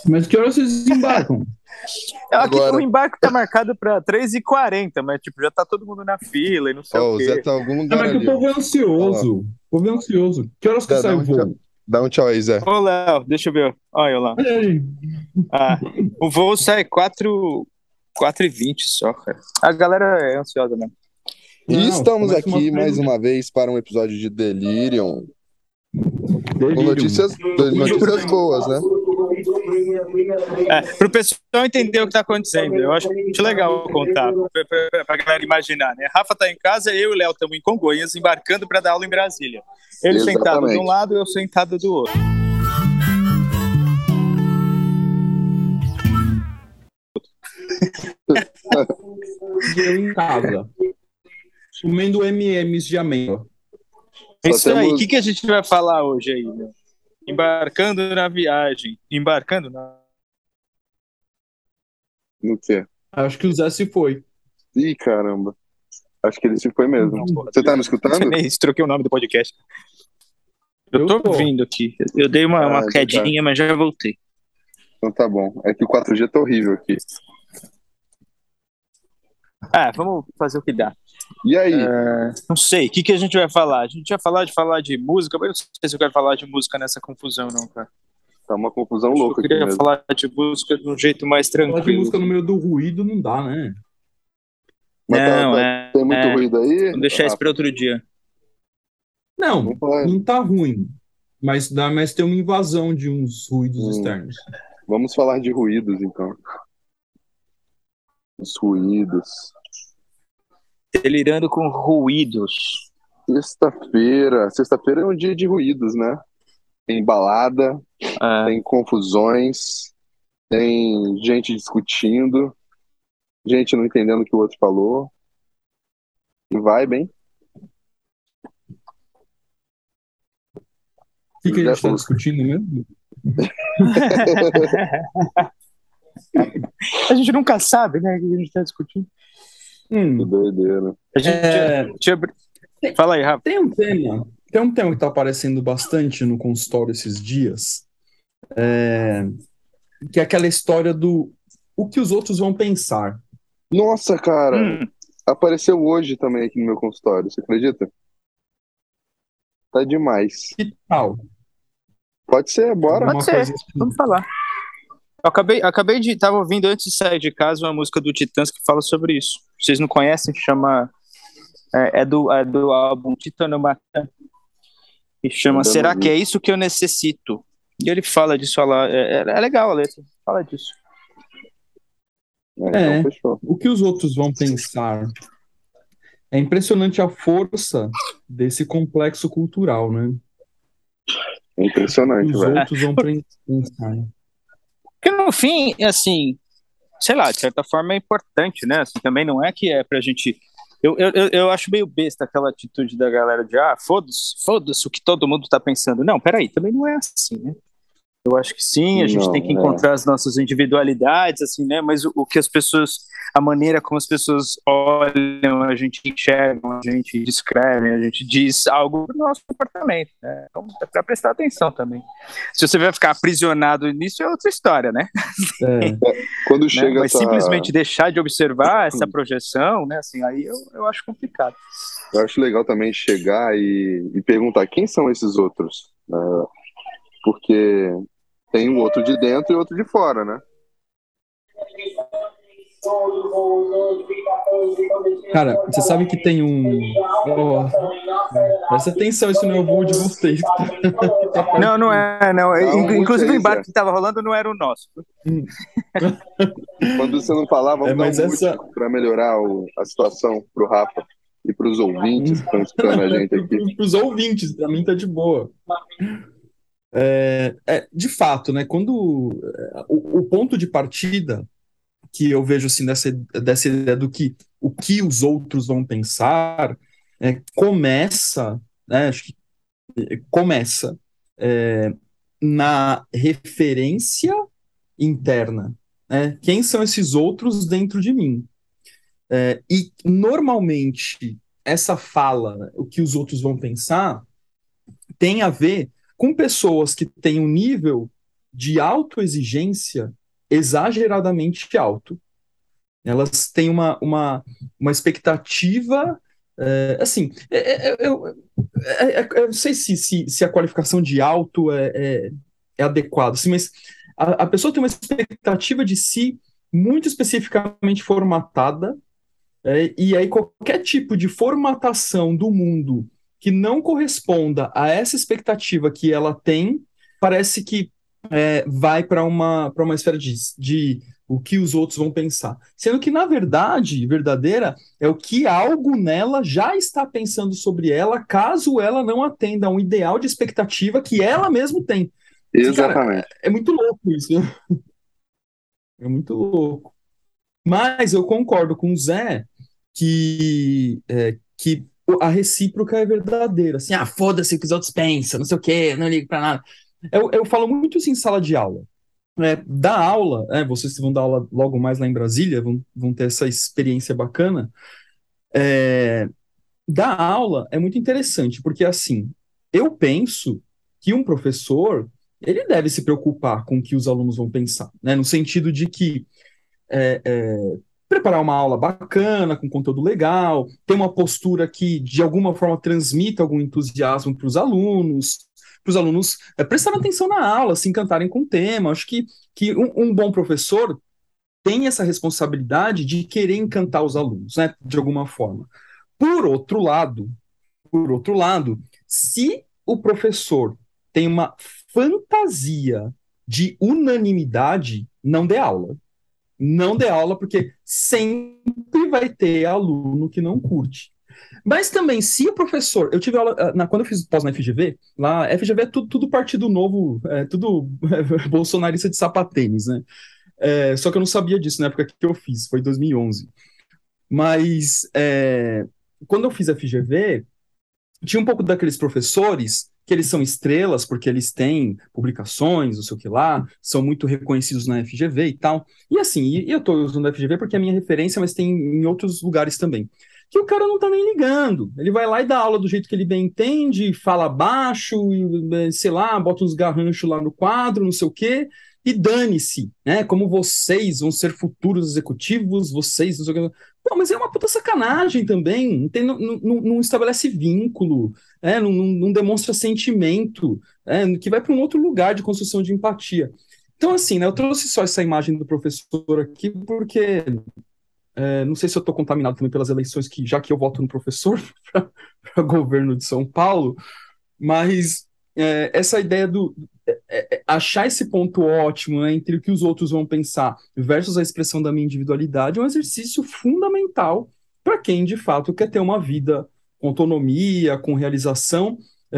Mas que horas vocês embarcam? Aqui Agora. o embarque tá marcado para 3h40, mas tipo, já tá todo mundo na fila e não sei Ó, o o Zé quê. tá em algum Não, lugar mas que o ali, ó. povo é ansioso. O povo é ansioso. Que horas que Zé, sai o voo? dá um tchau aí, Zé. Ô, Léo, deixa eu ver. Olha lá. Olha aí. Ah, o voo sai 4h20 só, cara. A galera é ansiosa mesmo. E Não, estamos começa aqui umas mais três- uma vez para um episódio de Delirium. Com Delírio. notícias boas, né? Pro pessoal entender o que tá acontecendo, eu acho legal contar, pra galera imaginar, né? Rafa tá em casa, eu e o Léo estamos em Congonhas, embarcando para dar aula em Brasília. Ele sentado de um lado, eu sentado do outro. E eu em casa. Comendo M&M's de amêndoa. Isso aí, o que a gente vai falar hoje aí, meu? Embarcando na viagem. Embarcando na... No quê? Acho que o Zé se foi. Ih, caramba. Acho que ele se foi mesmo. Você tá me escutando? Nem isso, troquei o nome do podcast. Eu tô ouvindo aqui. Eu dei uma quedinha, mas já voltei. Então tá bom. É que o 4G tá horrível aqui. Vamos fazer o que dá. E aí? Não sei, o que a gente vai falar? A gente vai falar de música, mas eu não sei se eu quero falar de música nessa confusão, não, cara. Tá uma confusão louca aqui mesmo. Eu queria falar de música de um jeito mais tranquilo. Falar de música no meio do ruído não dá, né? Mas tem muito ruído aí? Vamos deixar isso para outro dia. Não tá ruim. Mas tem uma invasão de uns ruídos externos. Vamos falar de ruídos, então. Os ruídos. Delirando com ruídos. Sexta-feira é um dia de ruídos, né? Tem balada, tem confusões, tem gente discutindo, gente não entendendo o que o outro falou. E vai bem. O que a gente está discutindo mesmo? A gente nunca sabe, né, o que a gente está discutindo. Que doideira. Fala aí, Rafa. Tem um tema que está aparecendo bastante no consultório esses dias, que é aquela história do o que os outros vão pensar. Nossa, cara, apareceu hoje também aqui no meu consultório, você acredita? Tá demais. Que tal? Pode ser, bora. Pode ser, vamos falar. Eu tava ouvindo antes de sair de casa uma música do Titãs que fala sobre isso. Vocês não conhecem, chama... É do álbum Titanomacan. E chama Será que é isso que eu necessito? E ele fala disso lá. É legal a letra, fala disso. Então fechou. O que os outros vão pensar? É impressionante a força desse complexo cultural, né? É impressionante, os outros vão pensar. Porque no fim, assim, sei lá, de certa forma é importante, né? Assim, também não é que é pra gente... Eu acho meio besta aquela atitude da galera de foda-se o que todo mundo tá pensando. Não, peraí, também não é assim, né? Eu acho que sim, a gente tem que encontrar as nossas individualidades, assim, né? Mas o que as pessoas, a maneira como as pessoas olham, a gente enxergam, a gente descreve, a gente diz algo do nosso comportamento, né? Então, é para prestar atenção também. Se você vai ficar aprisionado nisso, é outra história, né? Quando chega Mas simplesmente deixar de observar essa projeção, né? Assim, aí eu acho complicado. Eu acho legal também chegar e perguntar quem são esses outros, porque tem um outro de dentro e outro de fora, né? Cara, você sabe que tem presta atenção, isso não é o voo de vocês. Não é, não. Inclusive o embarque que estava rolando não era o nosso. Quando você não falar, vamos dar um para melhorar a situação pro Rafa e pros ouvintes que estão escutando a gente aqui. Pros ouvintes, pra mim tá de boa. De fato, né? Quando o ponto de partida que eu vejo assim dessa ideia do que o que os outros vão pensar começa, né? Acho que começa na referência interna, né? Quem são esses outros dentro de mim? E normalmente essa fala, o que os outros vão pensar, tem a ver com pessoas que têm um nível de autoexigência exageradamente alto. Elas têm uma expectativa, assim, eu não sei se a qualificação de alto é adequada, assim, mas a pessoa tem uma expectativa de si muito especificamente formatada, e aí qualquer tipo de formatação do mundo que não corresponda a essa expectativa que ela tem, parece que vai para uma esfera de o que os outros vão pensar. Sendo que, na verdade, verdadeira, é o que algo nela já está pensando sobre ela, caso ela não atenda a um ideal de expectativa que ela mesma tem. Assim, cara, Exatamente. é muito louco isso, né? É muito louco. Mas eu concordo com o Zé que a recíproca é verdadeira. Assim, foda-se o que os outros pensam, não sei o quê, não ligo pra nada. Eu falo muito isso em sala de aula. Da aula, vocês vão dar aula logo mais lá em Brasília, vão ter essa experiência bacana. Da aula é muito interessante, porque assim, eu penso que um professor, ele deve se preocupar com o que os alunos vão pensar, né? No sentido de que é, é, preparar uma aula bacana, com conteúdo legal, ter uma postura que, de alguma forma, transmita algum entusiasmo para os alunos prestarem atenção na aula, se encantarem com o tema. Acho que um bom professor tem essa responsabilidade de querer encantar os alunos, né, de alguma forma. Por por outro lado, se o professor tem uma fantasia de unanimidade, não dê aula. Não dê aula, porque sempre vai ter aluno que não curte. Mas também, se o professor. Eu tive aula. Quando eu fiz pós na FGV, lá, FGV é tudo partido novo, tudo bolsonarista de sapatênis, né? Só que eu não sabia disso na época que eu fiz, foi em 2011. Mas quando eu fiz FGV, tinha um pouco daqueles professores que eles são estrelas porque eles têm publicações, não sei o que lá, são muito reconhecidos na FGV e tal. E assim, eu estou usando a FGV porque é a minha referência, mas tem em outros lugares também. Que o cara não tá nem ligando. Ele vai lá e dá aula do jeito que ele bem entende, fala baixo, sei lá, bota uns garranchos lá no quadro, não sei o quê, e dane-se, né? Como vocês vão ser futuros executivos, vocês não sei o quê. Pô, mas é uma puta sacanagem também. Não estabelece vínculo, não demonstra sentimento, que vai para um outro lugar de construção de empatia. Então, assim, né, eu trouxe só essa imagem do professor aqui porque não sei se eu estou contaminado também pelas eleições, já que eu voto no professor para governo de São Paulo, mas essa ideia do achar esse ponto ótimo, né, entre o que os outros vão pensar versus a expressão da minha individualidade é um exercício fundamental para quem de fato quer ter uma vida com autonomia, com realização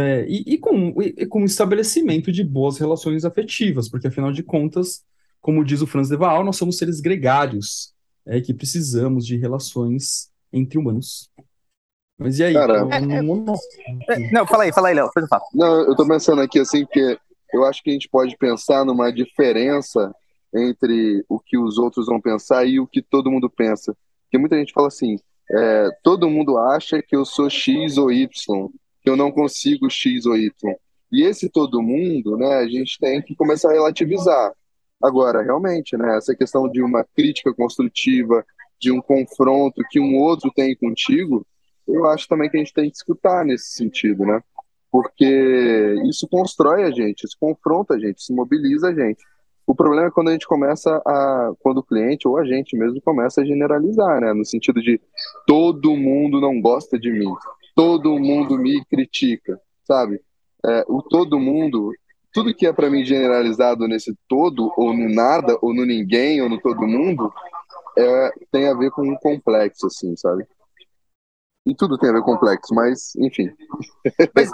com o estabelecimento de boas relações afetivas, porque afinal de contas, como diz o Franz de Waal, nós somos seres gregários, que precisamos de relações entre humanos. Mas e aí? Cara, não, fala aí, Léo, depois eu falo. Não, eu tô pensando aqui assim, que eu acho que a gente pode pensar numa diferença entre o que os outros vão pensar e o que todo mundo pensa. Porque muita gente fala assim, todo mundo acha que eu sou X ou Y, que eu não consigo X ou Y. E esse todo mundo, né, a gente tem que começar a relativizar. Agora, realmente, né, essa questão de uma crítica construtiva, de um confronto que um outro tem contigo, eu acho também que a gente tem que escutar nesse sentido, né? Porque isso constrói a gente, isso confronta a gente, isso mobiliza a gente. O problema é quando a gente quando o cliente ou a gente mesmo começa a generalizar, né? No sentido de todo mundo não gosta de mim, todo mundo me critica, sabe? O todo mundo, tudo que é para mim generalizado nesse todo, ou no nada, ou no ninguém, ou no todo mundo, tem a ver com um complexo, assim, sabe? E tudo tem a ver com complexo, mas, enfim. Mas,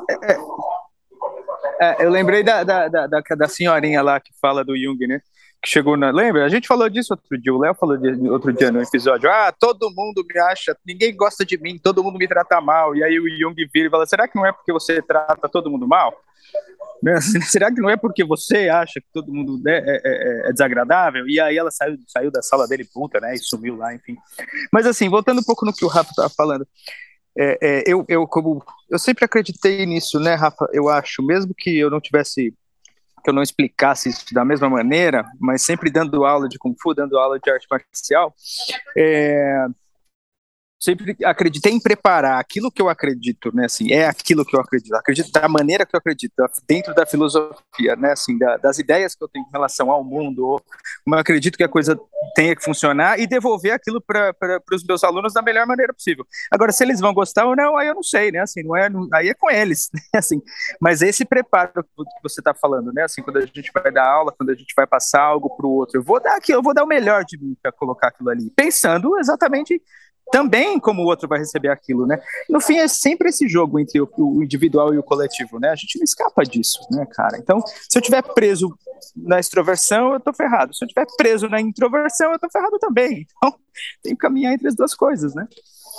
eu lembrei da senhorinha lá que fala do Jung, né? Que chegou Lembra? A gente falou disso outro dia, o Léo falou outro dia no episódio. Todo mundo me acha, ninguém gosta de mim, todo mundo me trata mal. E aí o Jung vira e fala, será que não é porque você trata todo mundo mal? Será que não é porque você acha que todo mundo é desagradável? E aí ela saiu da sala dele puta, né? E sumiu lá, enfim. Mas assim, voltando um pouco no que o Rafa estava falando, eu sempre acreditei nisso, né, Rafa? Eu acho, mesmo que eu não tivesse que eu não explicasse isso da mesma maneira, mas sempre dando aula de Kung Fu, dando aula de arte marcial, sempre acreditei em preparar aquilo que eu acredito, né, assim, é aquilo que eu acredito da maneira que eu acredito, dentro da filosofia, né, assim, das ideias que eu tenho em relação ao mundo, ou como eu acredito que a coisa tenha que funcionar, e devolver aquilo para os meus alunos da melhor maneira possível. Agora, se eles vão gostar ou não, aí eu não sei, né, assim, aí é com eles, né, assim, mas esse preparo que você está falando, né, assim, quando a gente vai dar aula, quando a gente vai passar algo para o outro, eu vou dar o melhor de mim para colocar aquilo ali, pensando exatamente também como o outro vai receber aquilo, né? No fim, é sempre esse jogo entre o individual e o coletivo, né? A gente não escapa disso, né, cara? Então, se eu estiver preso na extroversão, eu tô ferrado. Se eu estiver preso na introversão, eu tô ferrado também. Então, tem que caminhar entre as duas coisas, né?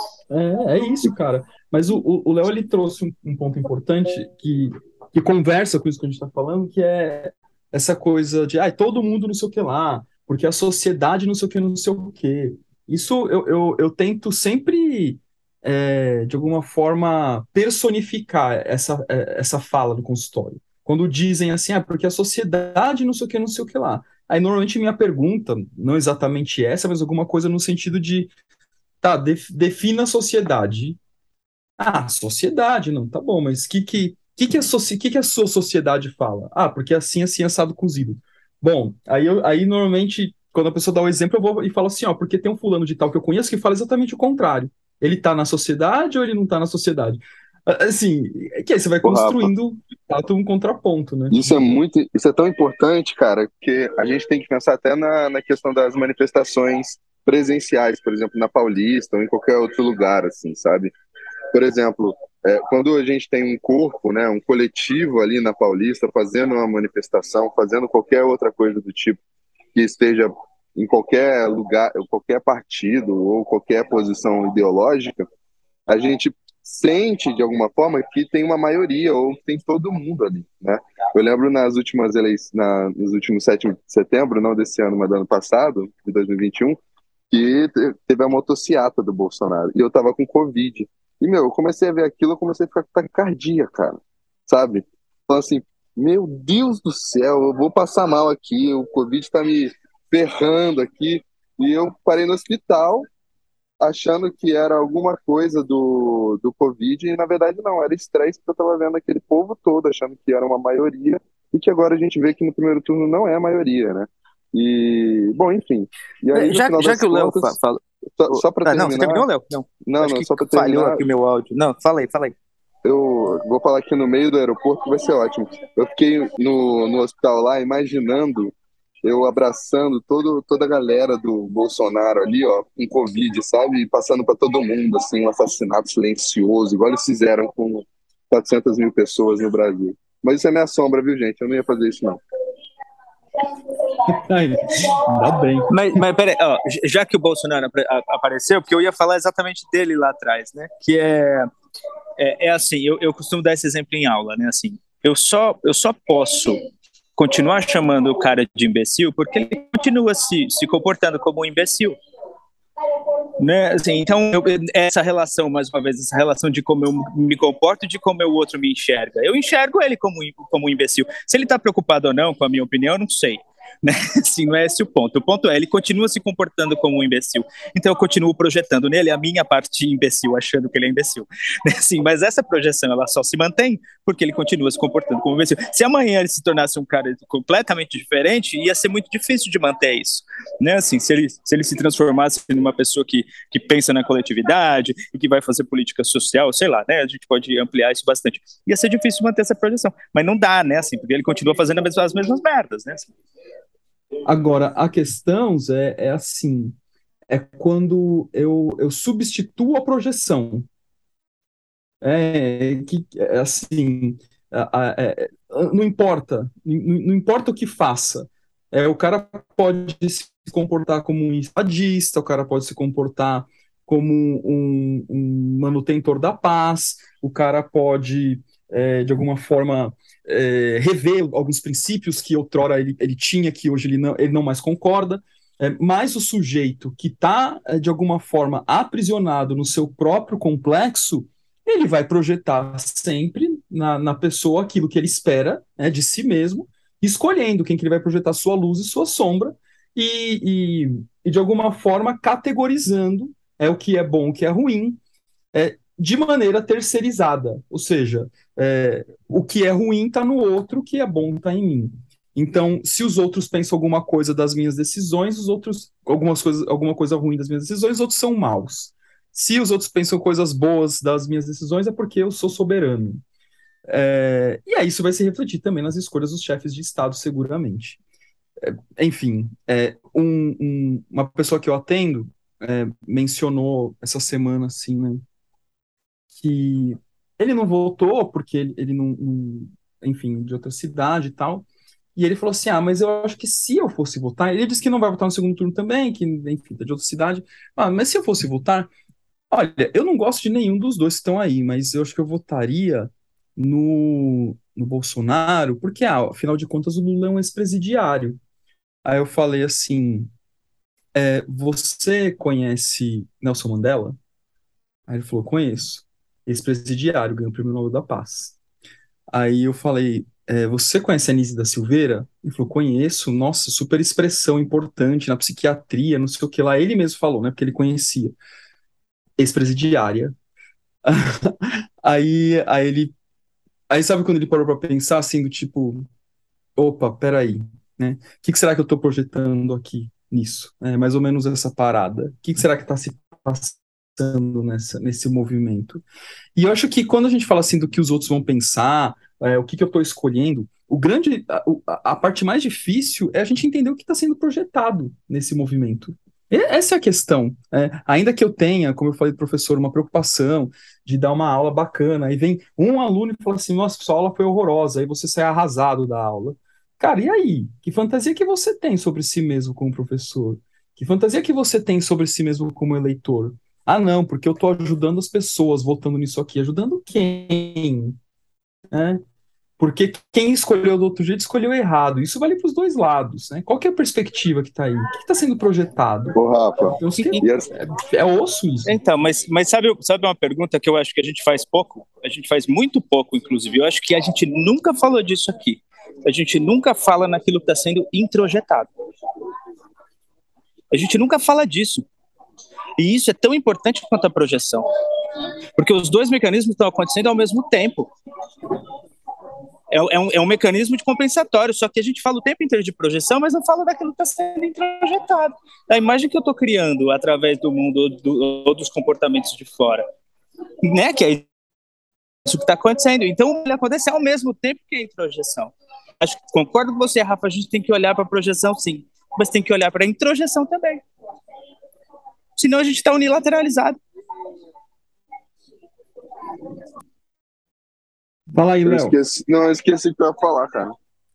É isso, cara. Mas o Léo, ele trouxe um ponto importante que conversa com isso que a gente está falando, que é essa coisa de, todo mundo não sei o que lá, porque a sociedade não sei o que, não sei o que. Isso eu tento sempre, de alguma forma, personificar essa fala do consultório. Quando dizem assim, porque a sociedade não sei o que lá. Aí, normalmente, minha pergunta, não exatamente essa, mas alguma coisa no sentido de, defina a sociedade. Sociedade, não, tá bom, mas que a sua sociedade fala? Porque é assim, assim, assado cozido. Bom, aí normalmente, quando a pessoa dá o exemplo, eu vou e falo assim, porque tem um fulano de tal que eu conheço que fala exatamente o contrário. Ele tá na sociedade ou ele não tá na sociedade? Assim, que aí você vai construindo, de fato, um contraponto, né? Isso é tão importante, cara, que a gente tem que pensar até na questão das manifestações presenciais, por exemplo, na Paulista ou em qualquer outro lugar, assim, sabe? Por exemplo, quando a gente tem um corpo, né, um coletivo ali na Paulista fazendo uma manifestação, fazendo qualquer outra coisa do tipo que esteja em qualquer lugar, qualquer partido ou qualquer posição ideológica, a gente sente de alguma forma que tem uma maioria ou tem todo mundo ali, né? Eu lembro nas últimas eleições, nos últimos 7 de setembro, não desse ano, mas do ano passado, de 2021, que teve a motociata do Bolsonaro. E eu tava com Covid. E, eu comecei a ver aquilo, eu comecei a ficar com taquicardia, cara. Sabe? Falando assim, meu Deus do céu, eu vou passar mal aqui, o Covid tá me ferrando aqui. E eu parei no hospital, achando que era alguma coisa do Covid, e na verdade não, era estresse, porque eu tava vendo aquele povo todo, achando que era uma maioria, e que agora a gente vê que no primeiro turno não é a maioria, né? E, bom, enfim. E aí, já que o Léo fala... Só para terminar... Não, você terminou, Léo? Não, só para terminar... falhou aqui meu áudio. Não, fala aí. Eu vou falar aqui no meio do aeroporto, que vai ser ótimo. Eu fiquei no hospital lá, imaginando eu abraçando toda a galera do Bolsonaro ali, ó, com Covid, sabe? E passando para todo mundo, assim, um assassinato silencioso, igual eles fizeram com 400 mil pessoas no Brasil. Mas isso é minha sombra, viu, gente? Eu não ia fazer isso, não. Ainda bem. Mas peraí, já que o Bolsonaro apareceu, porque eu ia falar exatamente dele lá atrás, né? Que é assim, eu costumo dar esse exemplo em aula, né? Assim, eu só posso continuar chamando o cara de imbecil porque ele continua se comportando como um imbecil. Né? Assim, então, essa relação, mais uma vez, essa relação de como eu me comporto e de como o outro me enxerga. Eu enxergo ele como um imbecil. Se ele está preocupado ou não com a minha opinião, eu não sei. Né? Assim, não é esse o ponto. O ponto é, ele continua se comportando como um imbecil. Então eu continuo projetando nele a minha parte imbecil, achando que ele é imbecil. Né? Assim, mas essa projeção, ela só se mantém porque ele continua se comportando como um imbecil. Se amanhã ele se tornasse um cara completamente diferente, ia ser muito difícil de manter isso. Né? Assim, se ele se transformasse numa pessoa que pensa na coletividade e que vai fazer política social, sei lá, né? A gente pode ampliar isso bastante. Ia ser difícil manter essa projeção. Mas não dá, né? Assim, porque ele continua fazendo as mesmas merdas, né? Assim. Agora, a questão, Zé, é assim, é quando eu substituo a projeção. Assim, não importa, não importa o que faça. O cara pode se comportar como um estadista, o cara pode se comportar como um manutentor da paz, o cara pode, de alguma forma, rever alguns princípios que outrora ele tinha, que hoje ele não mais concorda, mas o sujeito que está, de alguma forma, aprisionado no seu próprio complexo, ele vai projetar sempre na pessoa aquilo que ele espera, né, de si mesmo, escolhendo quem que ele vai projetar sua luz e sua sombra, e de alguma forma categorizando o que é bom, o que é ruim, de maneira terceirizada, ou seja, o que é ruim está no outro, o que é bom está em mim. Então, se os outros pensam alguma coisa das minhas decisões, os outros, alguma coisa ruim das minhas decisões, os outros são maus. Se os outros pensam coisas boas das minhas decisões, é porque eu sou soberano. E aí isso vai se refletir também nas escolhas dos chefes de Estado, seguramente. Enfim, uma pessoa que eu atendo mencionou essa semana, assim, né, que ele não votou porque ele não, enfim, de outra cidade e tal, e ele falou assim, mas eu acho que se eu fosse votar, ele disse que não vai votar no segundo turno também, que, enfim, tá de outra cidade, mas se eu fosse votar, olha, eu não gosto de nenhum dos dois que estão aí, mas eu acho que eu votaria no Bolsonaro, porque, afinal de contas, o Lula é um ex-presidiário. Aí eu falei assim, você conhece Nelson Mandela? Aí ele falou, conheço. Ex-presidiário, ganhou o Prêmio Nobel da Paz. Aí eu falei, você conhece a Anísio da Silveira? Ele falou, conheço, nossa, super expressão importante na psiquiatria, não sei o que lá. Ele mesmo falou, né, porque ele conhecia. Ex-presidiária. Aí sabe quando ele parou pra pensar, assim, do tipo, opa, peraí, né? O que será que eu tô projetando aqui nisso? Mais ou menos essa parada. O que será que tá se passando nesse movimento? E eu acho que quando a gente fala assim do que os outros vão pensar, o que eu estou escolhendo, a parte mais difícil é a gente entender o que está sendo projetado nesse movimento. Essa é a questão. Ainda que eu tenha, como eu falei, professor, uma preocupação de dar uma aula bacana, aí vem um aluno e fala assim, nossa, sua aula foi horrorosa, aí você sai arrasado da aula. Cara, e aí? Que fantasia que você tem sobre si mesmo como professor? Que fantasia que você tem sobre si mesmo como eleitor? Não, porque eu estou ajudando as pessoas votando nisso aqui. Ajudando quem? Né? Porque quem escolheu do outro jeito escolheu errado. Isso vale para os dois lados. Né? Qual que é a perspectiva que está aí? O que está sendo projetado? Ô, Rafa, Eu acho que é osso isso. Então, mas sabe uma pergunta que eu acho que a gente faz pouco? A gente faz muito pouco, inclusive. Eu acho que a gente nunca falou disso aqui. A gente nunca fala naquilo que está sendo introjetado. A gente nunca fala disso. E isso é tão importante quanto a projeção. Porque os dois mecanismos estão acontecendo ao mesmo tempo. É um mecanismo de compensatório, só que a gente fala o tempo inteiro de projeção, mas não fala daquilo que está sendo introjetado. A imagem que eu estou criando através do mundo ou dos comportamentos de fora. Né? Que é isso que está acontecendo. Então, ele acontece ao mesmo tempo que a introjeção. Acho que concordo com você, Rafa, a gente tem que olhar para a projeção, sim, mas tem que olhar para a introjeção também. Senão a gente está unilateralizado. Fala aí, Léo. Eu esqueci o que eu ia falar, cara.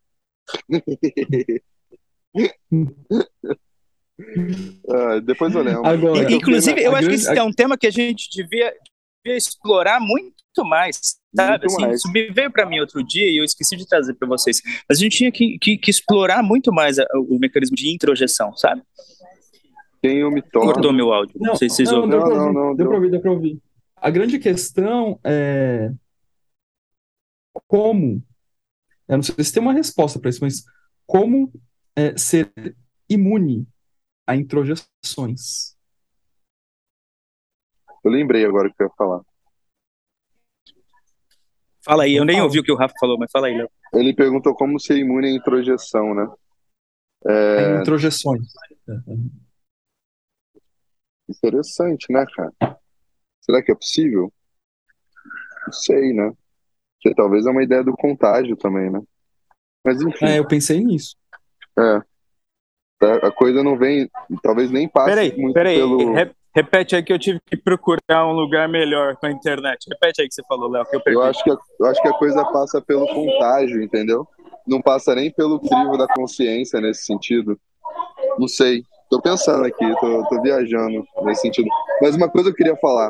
Depois eu lembro. Agora, inclusive, eu acho que esse é um tema que a gente devia explorar muito mais, sabe? Assim, isso me veio para mim outro dia e eu esqueci de trazer para vocês. Mas a gente tinha que explorar muito mais o mecanismo de introjeção, sabe? Quem eu me torno. Cortou meu áudio. Não sei se vocês ouviram. Não, deu para ouvir. A grande questão é como, eu não sei se tem uma resposta para isso, mas como ser imune a introjeções. Eu lembrei agora o que eu ia falar. Fala aí, eu nem ouvi o que o Rafa falou, mas fala aí, Léo. Ele perguntou como ser imune à introjeção, né? Introjeções. Interessante, né, cara? Será que é possível? Não sei, né? Porque talvez é uma ideia do contágio também, né? Mas enfim. Eu pensei nisso. A coisa não vem, talvez nem passe Peraí, repete aí que eu tive que procurar um lugar melhor com a internet. Repete aí que você falou, Léo, que eu perdi. Eu acho que a coisa passa pelo contágio, entendeu? Não passa nem pelo crivo da consciência nesse sentido. Não sei. Tô pensando aqui, tô viajando nesse sentido. Mas uma coisa eu queria falar.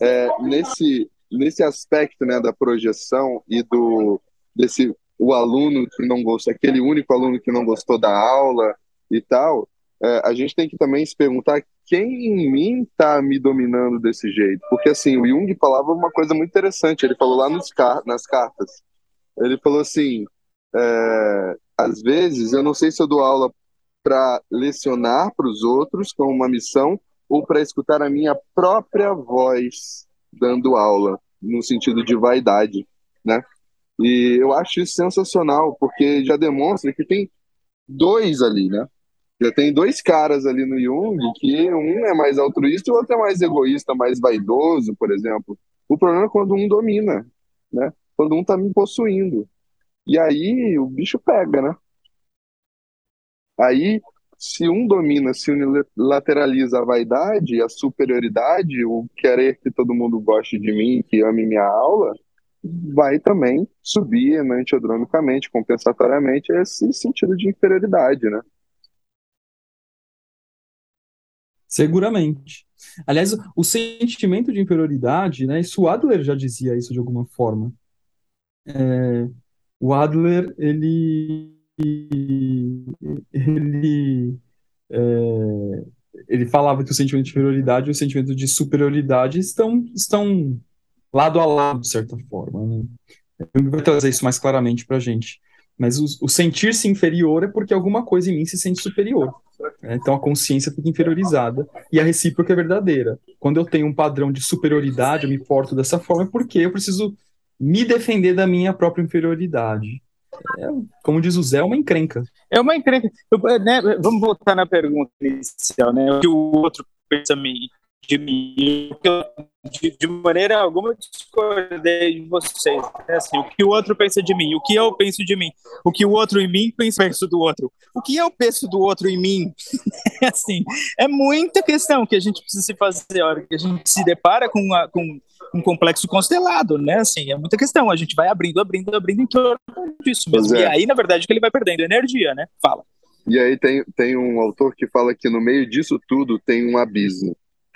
Nesse aspecto, né, da projeção e o aluno que não gostou, aquele único aluno que não gostou da aula e tal, a gente tem que também se perguntar quem em mim está me dominando desse jeito. Porque, assim, o Jung falava uma coisa muito interessante. Ele falou lá nas cartas. Ele falou assim, às vezes, eu não sei se eu dou aula para lecionar para os outros como uma missão ou para escutar a minha própria voz dando aula, no sentido de vaidade, né? E eu acho isso sensacional, porque já demonstra que tem dois ali, né? Já tem dois caras ali no Jung, que um é mais altruísta e o outro é mais egoísta, mais vaidoso, por exemplo. O problema é quando um domina, né? Quando um tá me possuindo. E aí o bicho pega, né? Aí, se um domina, se unilateraliza a vaidade, a superioridade, o querer que todo mundo goste de mim, que ame minha aula, vai também subir enantiodromicamente, compensatoriamente, esse sentido de inferioridade, né? Seguramente. Aliás, o sentimento de inferioridade, né? Isso o Adler já dizia isso de alguma forma. O Adler, ele, é, ele falava que o sentimento de inferioridade e o sentimento de superioridade estão lado a lado, de certa forma, né? Eu vou trazer isso mais claramente para a gente. Mas o sentir-se inferior é porque alguma coisa em mim se sente superior. Então a consciência fica inferiorizada e a recíproca é verdadeira. Quando eu tenho um padrão de superioridade, eu me porto dessa forma, é porque eu preciso me defender da minha própria inferioridade. Como diz o Zé, é uma encrenca. É uma encrenca. Né, vamos voltar na pergunta inicial, né? O que o outro pensa de mim, de maneira alguma eu discordei de vocês, né? Assim, o que o outro pensa de mim, o que eu penso de mim, o que o outro em mim penso do outro, o que eu penso do outro em mim. Assim, é muita questão que a gente precisa se fazer, a hora que a gente se depara com um complexo constelado, né? Assim, é muita questão, a gente vai abrindo em torno disso mesmo. E aí, na verdade, que ele vai perdendo energia, né? Fala. E aí tem um autor que fala que no meio disso tudo tem um abismo.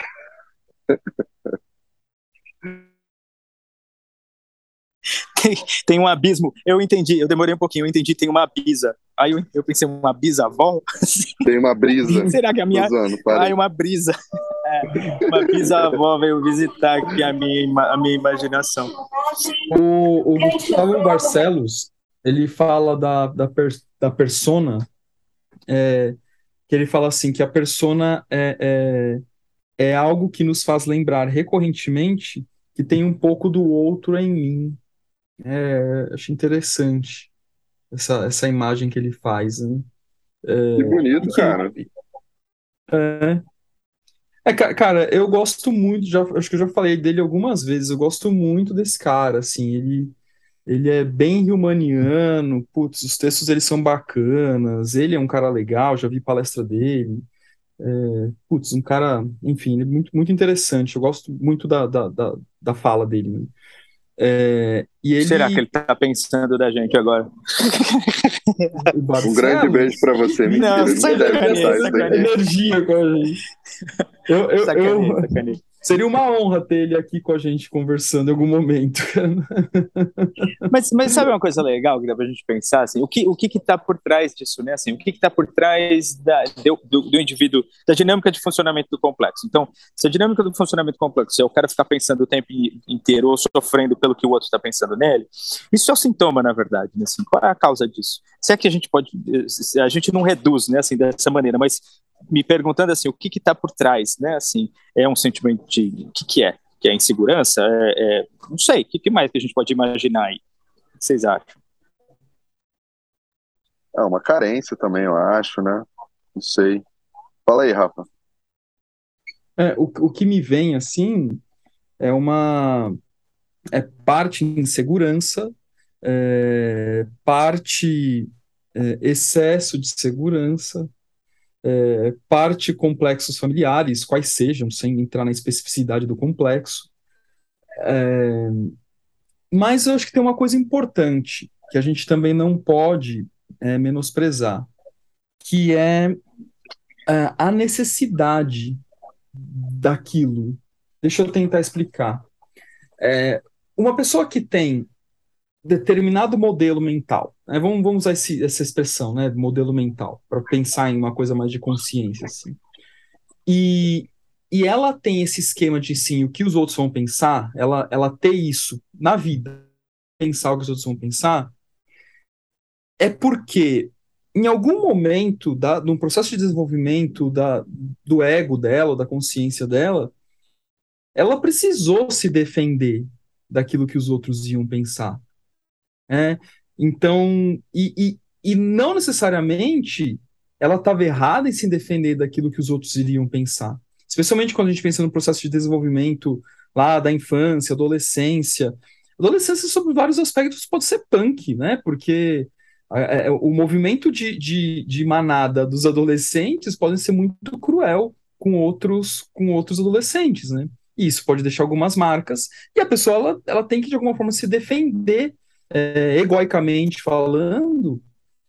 Tem um abismo. Eu entendi, eu demorei um pouquinho, eu entendi, tem uma bisa. Aí eu pensei, uma bisavó? Tem uma brisa. Será que a minha. Uma brisa. Uma bisavó veio visitar aqui a minha imaginação. O Gustavo Barcelos, ele fala da persona, que ele fala assim, que a persona é algo que nos faz lembrar recorrentemente que tem um pouco do outro em mim. Acho interessante essa imagem que ele faz, né? Que bonito, cara. Cara, eu gosto muito, acho que eu já falei dele algumas vezes, eu gosto muito desse cara, assim, ele é bem humaniano, putz, os textos eles são bacanas, ele é um cara legal, já vi palestra dele, putz, um cara, enfim, ele é muito, muito interessante, eu gosto muito da fala dele, né? E ele... Será que ele tá pensando da gente agora? Um grande beijo pra você, mentira. Não deve pensar isso daí. Energia com a gente. Sacanei. Seria uma honra ter ele aqui com a gente conversando em algum momento. Mas sabe uma coisa legal que dá pra gente pensar? Assim, o que tá por trás disso, né? Assim, o que tá por trás do indivíduo, da dinâmica de funcionamento do complexo? Então, se a dinâmica do funcionamento do complexo é o cara ficar pensando o tempo inteiro ou sofrendo pelo que o outro está pensando nele, isso é o sintoma, na verdade, né? Assim, qual é a causa disso? Se é que a gente não reduz, né, assim, dessa maneira, mas me perguntando assim, o que está por trás, né? Assim, é um sentimento de o que é? Que é insegurança? Não sei. O que mais que a gente pode imaginar aí? O que vocês acham? É uma carência também, eu acho, né? Não sei. Fala aí, Rafa. O que me vem assim é parte insegurança, parte excesso de segurança, parte complexos familiares, quais sejam, sem entrar na especificidade do complexo. Mas eu acho que tem uma coisa importante que a gente também não pode menosprezar, que é a necessidade daquilo. Deixa eu tentar explicar. Uma pessoa que tem determinado modelo mental, né? Vamos usar essa expressão, né, modelo mental, para pensar em uma coisa mais de consciência, assim. E ela tem esse esquema de, sim, o que os outros vão pensar, ela ter isso na vida, pensar o que os outros vão pensar, é porque em algum momento num processo de desenvolvimento do ego dela, da consciência dela, ela precisou se defender daquilo que os outros iam pensar. Né? Então, e não necessariamente ela estava errada em se defender daquilo que os outros iriam pensar. Especialmente quando a gente pensa no processo de desenvolvimento lá da infância, adolescência. Adolescência, sobre vários aspectos, pode ser punk, né? Porque o movimento de manada dos adolescentes pode ser muito cruel com outros adolescentes, né? E isso pode deixar algumas marcas, e a pessoa ela tem que, de alguma forma, se defender, egoicamente falando,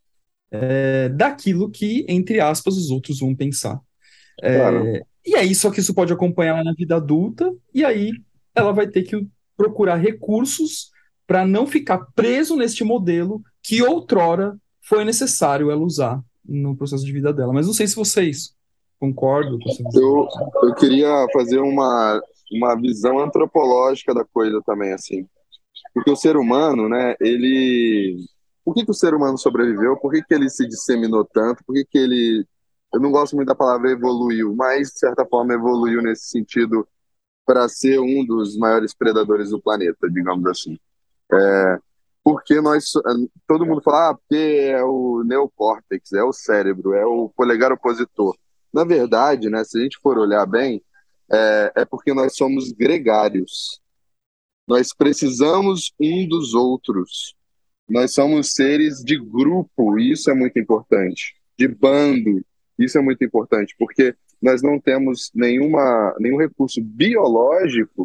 daquilo que, entre aspas, os outros vão pensar. Claro. E aí, só que isso pode acompanhar ela na vida adulta, e aí ela vai ter que procurar recursos para não ficar preso neste modelo que outrora foi necessário ela usar no processo de vida dela. Mas não sei se vocês concordam com essa visão. Eu queria fazer uma visão antropológica da coisa também, assim. Porque o ser humano, né, ele... Por que o ser humano sobreviveu? Por que ele se disseminou tanto? Por que ele... Eu não gosto muito da palavra evoluiu, mas, de certa forma, evoluiu nesse sentido para ser um dos maiores predadores do planeta, digamos assim. Porque todo mundo fala, porque é o neocórtex, é o cérebro, é o polegar opositor. Na verdade, né, se a gente for olhar bem, é porque nós somos gregários. Nós precisamos um dos outros. Nós somos seres de grupo, e isso é muito importante. De bando, isso é muito importante, porque nós não temos nenhum recurso biológico,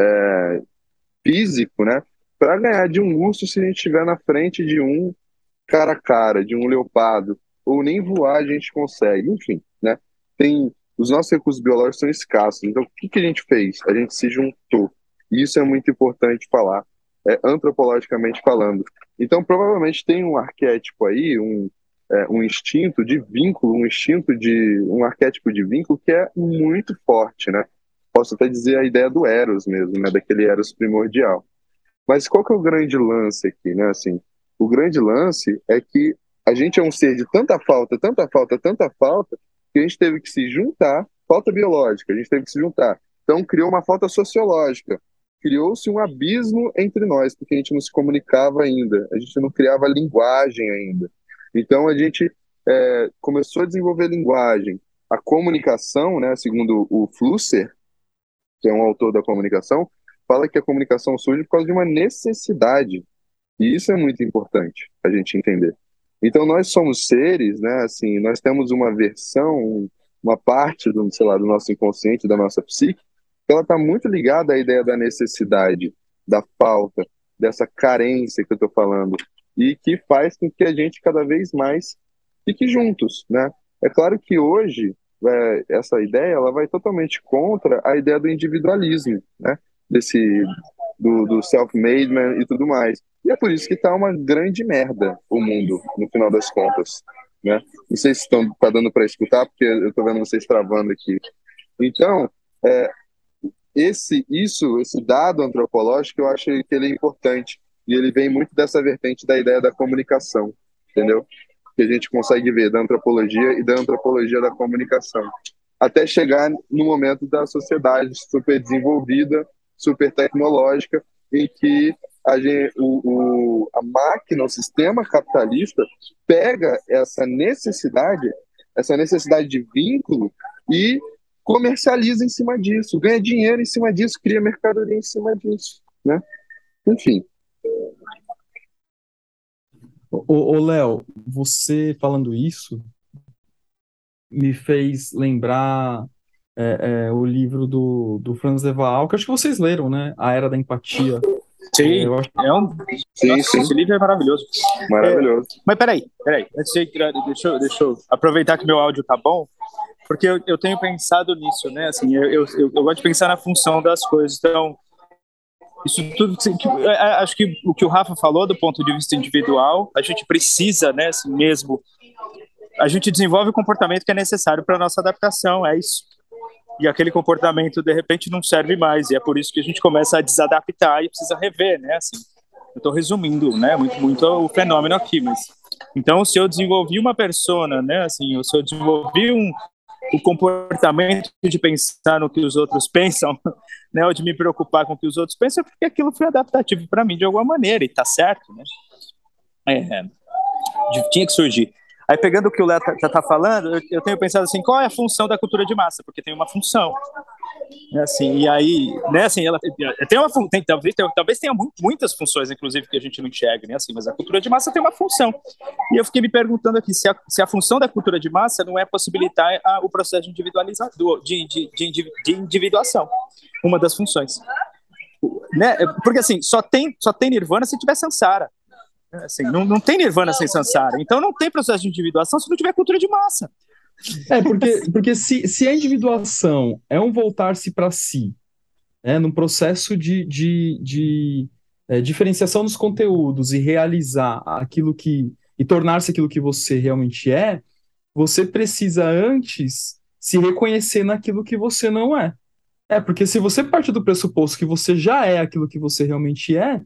físico, né, para ganhar de um urso se a gente estiver na frente de um cara a cara, de um leopardo, ou nem voar a gente consegue. Enfim, né? Os nossos recursos biológicos são escassos. Então, o que a gente fez? A gente se juntou. E isso é muito importante falar, antropologicamente falando. Então, provavelmente tem um arquétipo aí, um instinto de vínculo, um arquétipo de vínculo que é muito forte, né? Posso até dizer a ideia do Eros mesmo, né? Daquele Eros primordial. Mas qual que é o grande lance aqui, né? Assim, o grande lance é que a gente é um ser de tanta falta, tanta falta, tanta falta, que a gente teve que se juntar, falta biológica, a gente teve que se juntar. Então criou uma falta sociológica, criou-se um abismo entre nós, porque a gente não se comunicava ainda, a gente não criava linguagem ainda. Então a gente começou a desenvolver linguagem. A comunicação, né, segundo o Flusser, que é um autor da comunicação, fala que a comunicação surge por causa de uma necessidade. E isso é muito importante a gente entender. Então, nós somos seres, né, assim, nós temos uma versão, uma parte do nosso inconsciente, da nossa psique, que ela está muito ligada à ideia da necessidade, da falta, dessa carência que eu estou falando, e que faz com que a gente cada vez mais fique juntos, né? É claro que hoje, essa ideia ela vai totalmente contra a ideia do individualismo, né? Do self-made man e tudo mais. E é por isso que tá uma grande merda o mundo, no final das contas, né? Não sei se tá dando para escutar, porque eu tô vendo vocês travando aqui. Então, esse dado antropológico, eu acho que ele é importante. E ele vem muito dessa vertente da ideia da comunicação, entendeu? Que a gente consegue ver da antropologia e da antropologia da comunicação. Até chegar no momento da sociedade super desenvolvida, super tecnológica, em que a máquina, o sistema capitalista, pega essa necessidade de vínculo e comercializa em cima disso, ganha dinheiro em cima disso, cria mercadoria em cima disso, né? Enfim. Ô, Léo, você falando isso me fez lembrar o livro do Franz de Waal, que acho que vocês leram, né? A Era da Empatia. Sim, sim. Esse livro é maravilhoso. Maravilhoso. Mas peraí. Deixa eu aproveitar que meu áudio tá bom, porque eu tenho pensado nisso, né? Assim, eu gosto de pensar na função das coisas. Então, isso tudo, acho que o que o Rafa falou do ponto de vista individual, a gente precisa, né, assim mesmo, a gente desenvolve o comportamento que é necessário para a nossa adaptação, é isso. E aquele comportamento, de repente, não serve mais, e é por isso que a gente começa a desadaptar e precisa rever, né, assim. Eu estou resumindo, né, muito o fenômeno aqui, mas Então, se eu desenvolvi uma persona, né, assim, se eu desenvolvi o comportamento de pensar no que os outros pensam, né, ou de me preocupar com o que os outros pensam, é porque aquilo foi adaptativo para mim de alguma maneira, e tá certo, né? Tinha que surgir. Aí, pegando o que o Léo tá falando, eu tenho pensado assim, qual é a função da cultura de massa? Porque tem uma função. Assim, e aí, né, assim, ela tem uma talvez tenha muitas funções, inclusive, que a gente não enxerga, né, assim, mas a cultura de massa tem uma função. E eu fiquei me perguntando aqui se a função da cultura de massa não é possibilitar o processo de individualizador, de individuação, uma das funções. Né? Porque assim, só tem nirvana se tiver samsara. Assim, não tem nirvana sem samsara. Então não tem processo de individuação se não tiver cultura de massa. Porque se a individuação é um voltar-se para si, num processo de diferenciação dos conteúdos e realizar e tornar-se aquilo que você realmente é, você precisa antes se reconhecer naquilo que você não é. Porque se você parte do pressuposto que você já é aquilo que você realmente é,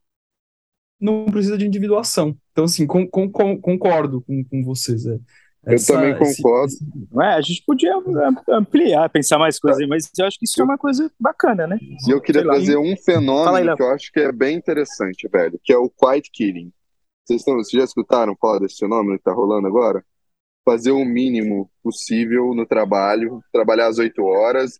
não precisa de individuação. Então, assim, concordo com vocês. Eu também concordo. A gente podia ampliar, pensar mais coisas, mas eu acho que isso é uma coisa bacana, né? E eu queria trazer um fenômeno que eu acho que é bem interessante, velho, que é o quiet quitting. Vocês já escutaram falar desse fenômeno que tá rolando agora? Fazer o mínimo possível no trabalho, trabalhar as 8 horas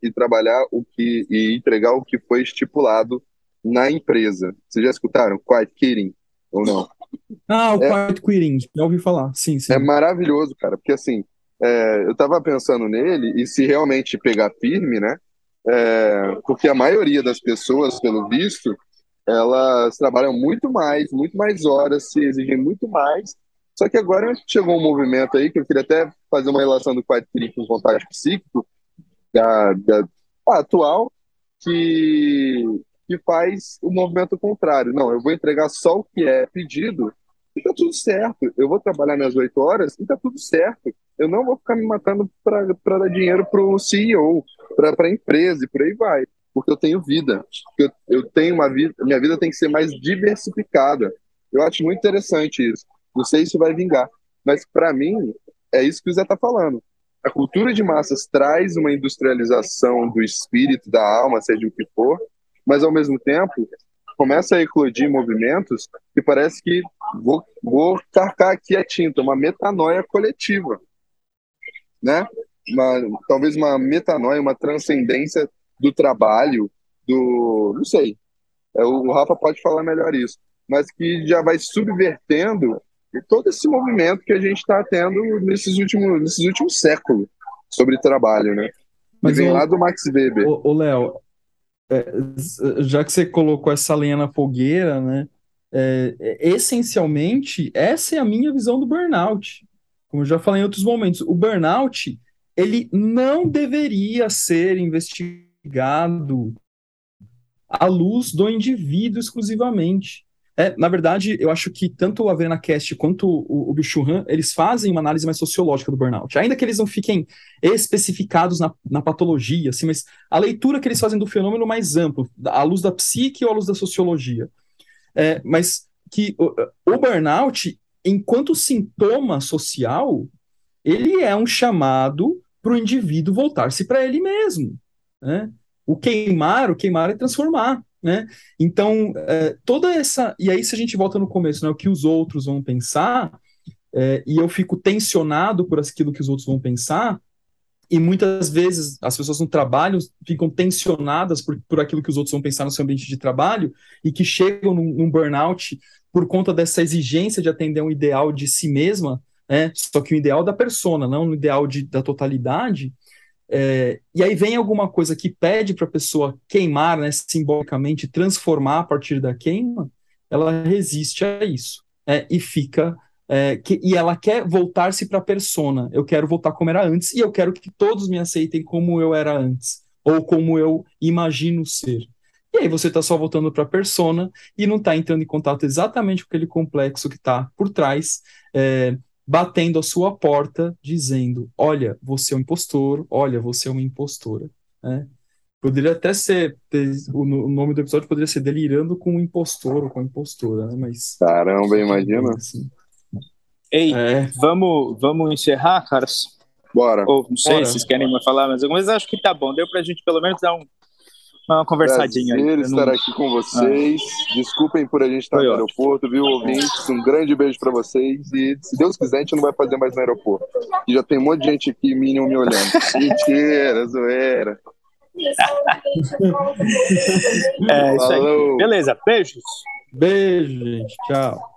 e entregar o que foi estipulado na empresa. Vocês já escutaram quiet quitting ou não? O quiet quitting, já ouvi falar, sim. É maravilhoso, cara, porque assim, eu tava pensando nele e se realmente pegar firme, né? Porque a maioria das pessoas, pelo visto, elas trabalham muito mais horas, se exigem muito mais. Só que agora chegou um movimento aí que eu queria até fazer uma relação do quiet quitting com o contágio psíquico da atual, que, que faz o movimento contrário. Não, eu vou entregar só o que é pedido e tá tudo certo. Eu vou trabalhar minhas 8 horas e tá tudo certo. Eu não vou ficar me matando para dar dinheiro pro CEO, para a empresa e por aí vai. Porque eu tenho vida. Eu tenho uma vida, minha vida tem que ser mais diversificada. Eu acho muito interessante isso. Não sei se vai vingar, mas para mim é isso que o Zé tá falando. A cultura de massas traz uma industrialização do espírito, da alma, seja o que for, mas ao mesmo tempo começa a eclodir movimentos que parece que vou carcar aqui a tinta, uma metanoia coletiva, né? Talvez uma metanoia, uma transcendência do trabalho, não sei, o Rafa pode falar melhor isso, mas que já vai subvertendo todo esse movimento que a gente está tendo nesses últimos séculos sobre trabalho, né? Mas vem lá do Max Weber. Léo, já que você colocou essa lenha na fogueira, né? Essencialmente, essa é a minha visão do burnout. Como eu já falei em outros momentos, o burnout, ele não deveria ser investigado à luz do indivíduo exclusivamente. Na verdade, eu acho que tanto o AvenaCast quanto o Bichurran, eles fazem uma análise mais sociológica do burnout, ainda que eles não fiquem especificados na patologia, assim, mas a leitura que eles fazem do fenômeno mais amplo, à luz da psique ou à luz da sociologia. Mas que o burnout, enquanto sintoma social, ele é um chamado para o indivíduo voltar-se para ele mesmo, né? O queimar é transformar, né? Então, toda essa... E aí, se a gente volta no começo, né? O que os outros vão pensar, e eu fico tensionado por aquilo que os outros vão pensar, e muitas vezes as pessoas no trabalho ficam tensionadas por aquilo que os outros vão pensar no seu ambiente de trabalho, e que chegam num burnout por conta dessa exigência de atender um ideal de si mesma, só que o ideal da persona, não o ideal da totalidade. E aí vem alguma coisa que pede para a pessoa queimar, né, simbolicamente, transformar a partir da queima, ela resiste a isso, e fica... e ela quer voltar-se para a persona. Eu quero voltar como era antes, e eu quero que todos me aceitem como eu era antes, ou como eu imagino ser. E aí você está só voltando para a persona e não está entrando em contato exatamente com aquele complexo que está por trás, batendo a sua porta, dizendo: olha, você é um impostor, olha, você é uma impostora. Né? Poderia até ser, o nome do episódio poderia ser Delirando com o Impostor ou com a Impostora, né? Mas... Caramba, imagina. Assim. Ei, vamos encerrar, caras? Bora. Ou não sei se vocês querem falar mais alguma coisa, acho que tá bom. Deu pra gente pelo menos dar uma conversadinha aí. Prazer estar aqui com vocês. Desculpem por a gente estar no aeroporto, viu, ouvintes? Um grande beijo pra vocês. E se Deus quiser, a gente não vai fazer mais no aeroporto. E já tem um monte de gente aqui, Minion, me olhando. Mentira, zoeira. É isso aí. Beleza, beijos. Beijo, gente. Tchau.